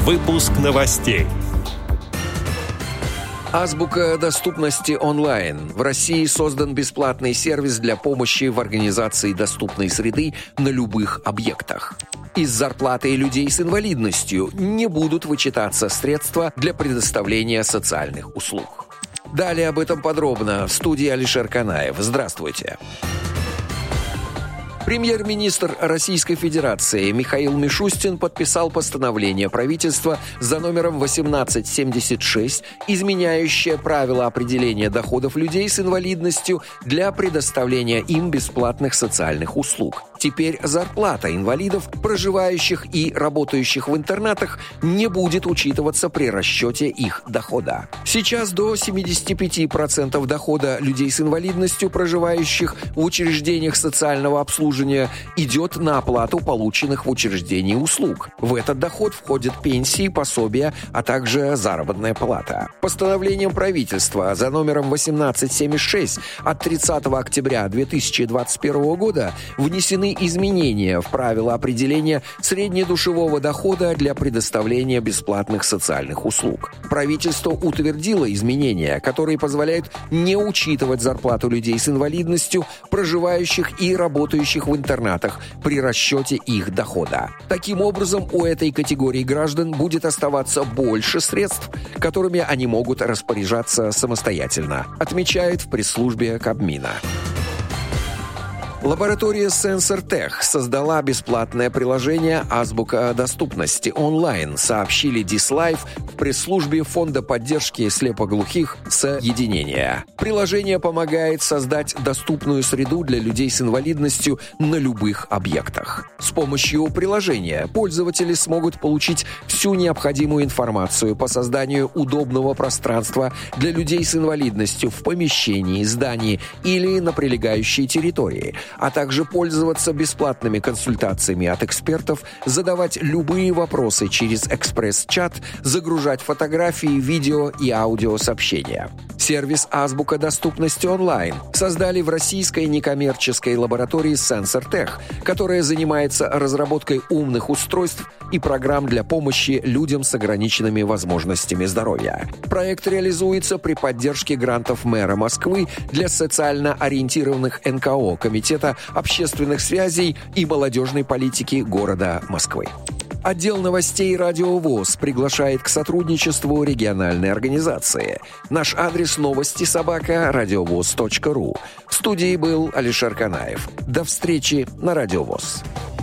Выпуск новостей. Азбука доступности онлайн. В России создан бесплатный сервис для помощи в организации доступной среды на любых объектах. Из зарплаты людей с инвалидностью не будут вычитаться средства для предоставления социальных услуг. Далее об этом подробно в студии Алишер Канаев. Здравствуйте. Премьер-министр Российской Федерации Михаил Мишустин подписал постановление правительства за номером 1876, изменяющее правила определения доходов людей с инвалидностью для предоставления им бесплатных социальных услуг. Теперь зарплата инвалидов, проживающих и работающих в интернатах, не будет учитываться при расчете их дохода. Сейчас до 75% дохода людей с инвалидностью, проживающих в учреждениях социального обслуживания, идет на оплату полученных в учреждении услуг. В этот доход входят пенсии, пособия, а также заработная плата. Постановлением правительства за номером 1876 от 30 октября 2021 года внесены изменения в правила определения среднедушевого дохода для предоставления бесплатных социальных услуг. Правительство утвердило изменения, которые позволяют не учитывать зарплату людей с инвалидностью, проживающих и работающих в интернатах при расчете их дохода. Таким образом, у этой категории граждан будет оставаться больше средств, которыми они могут распоряжаться самостоятельно, отмечает в пресс-службе Кабмина. Лаборатория SensorTech создала бесплатное приложение «Азбука доступности онлайн», сообщили DisLife в пресс-службе Фонда поддержки слепоглухих «Соединение». Приложение помогает создать доступную среду для людей с инвалидностью на любых объектах. С помощью приложения пользователи смогут получить всю необходимую информацию по созданию удобного пространства для людей с инвалидностью в помещении, здании или на прилегающей территории, а также пользоваться бесплатными консультациями от экспертов, задавать любые вопросы через экспресс-чат, загружать фотографии, видео и аудиосообщения. Сервис «Азбука доступности онлайн» создали в российской некоммерческой лаборатории SensorTech, которая занимается разработкой умных устройств и программ для помощи людям с ограниченными возможностями здоровья. Проект реализуется при поддержке грантов мэра Москвы для социально ориентированных НКО Комитета общественных связей и молодежной политики города Москвы. Отдел новостей «Радио ВОС» приглашает к сотрудничеству региональной организации. Наш адрес новости@радиовоз.ру. В студии был Алишер Канаев. До встречи на Радио ВОС.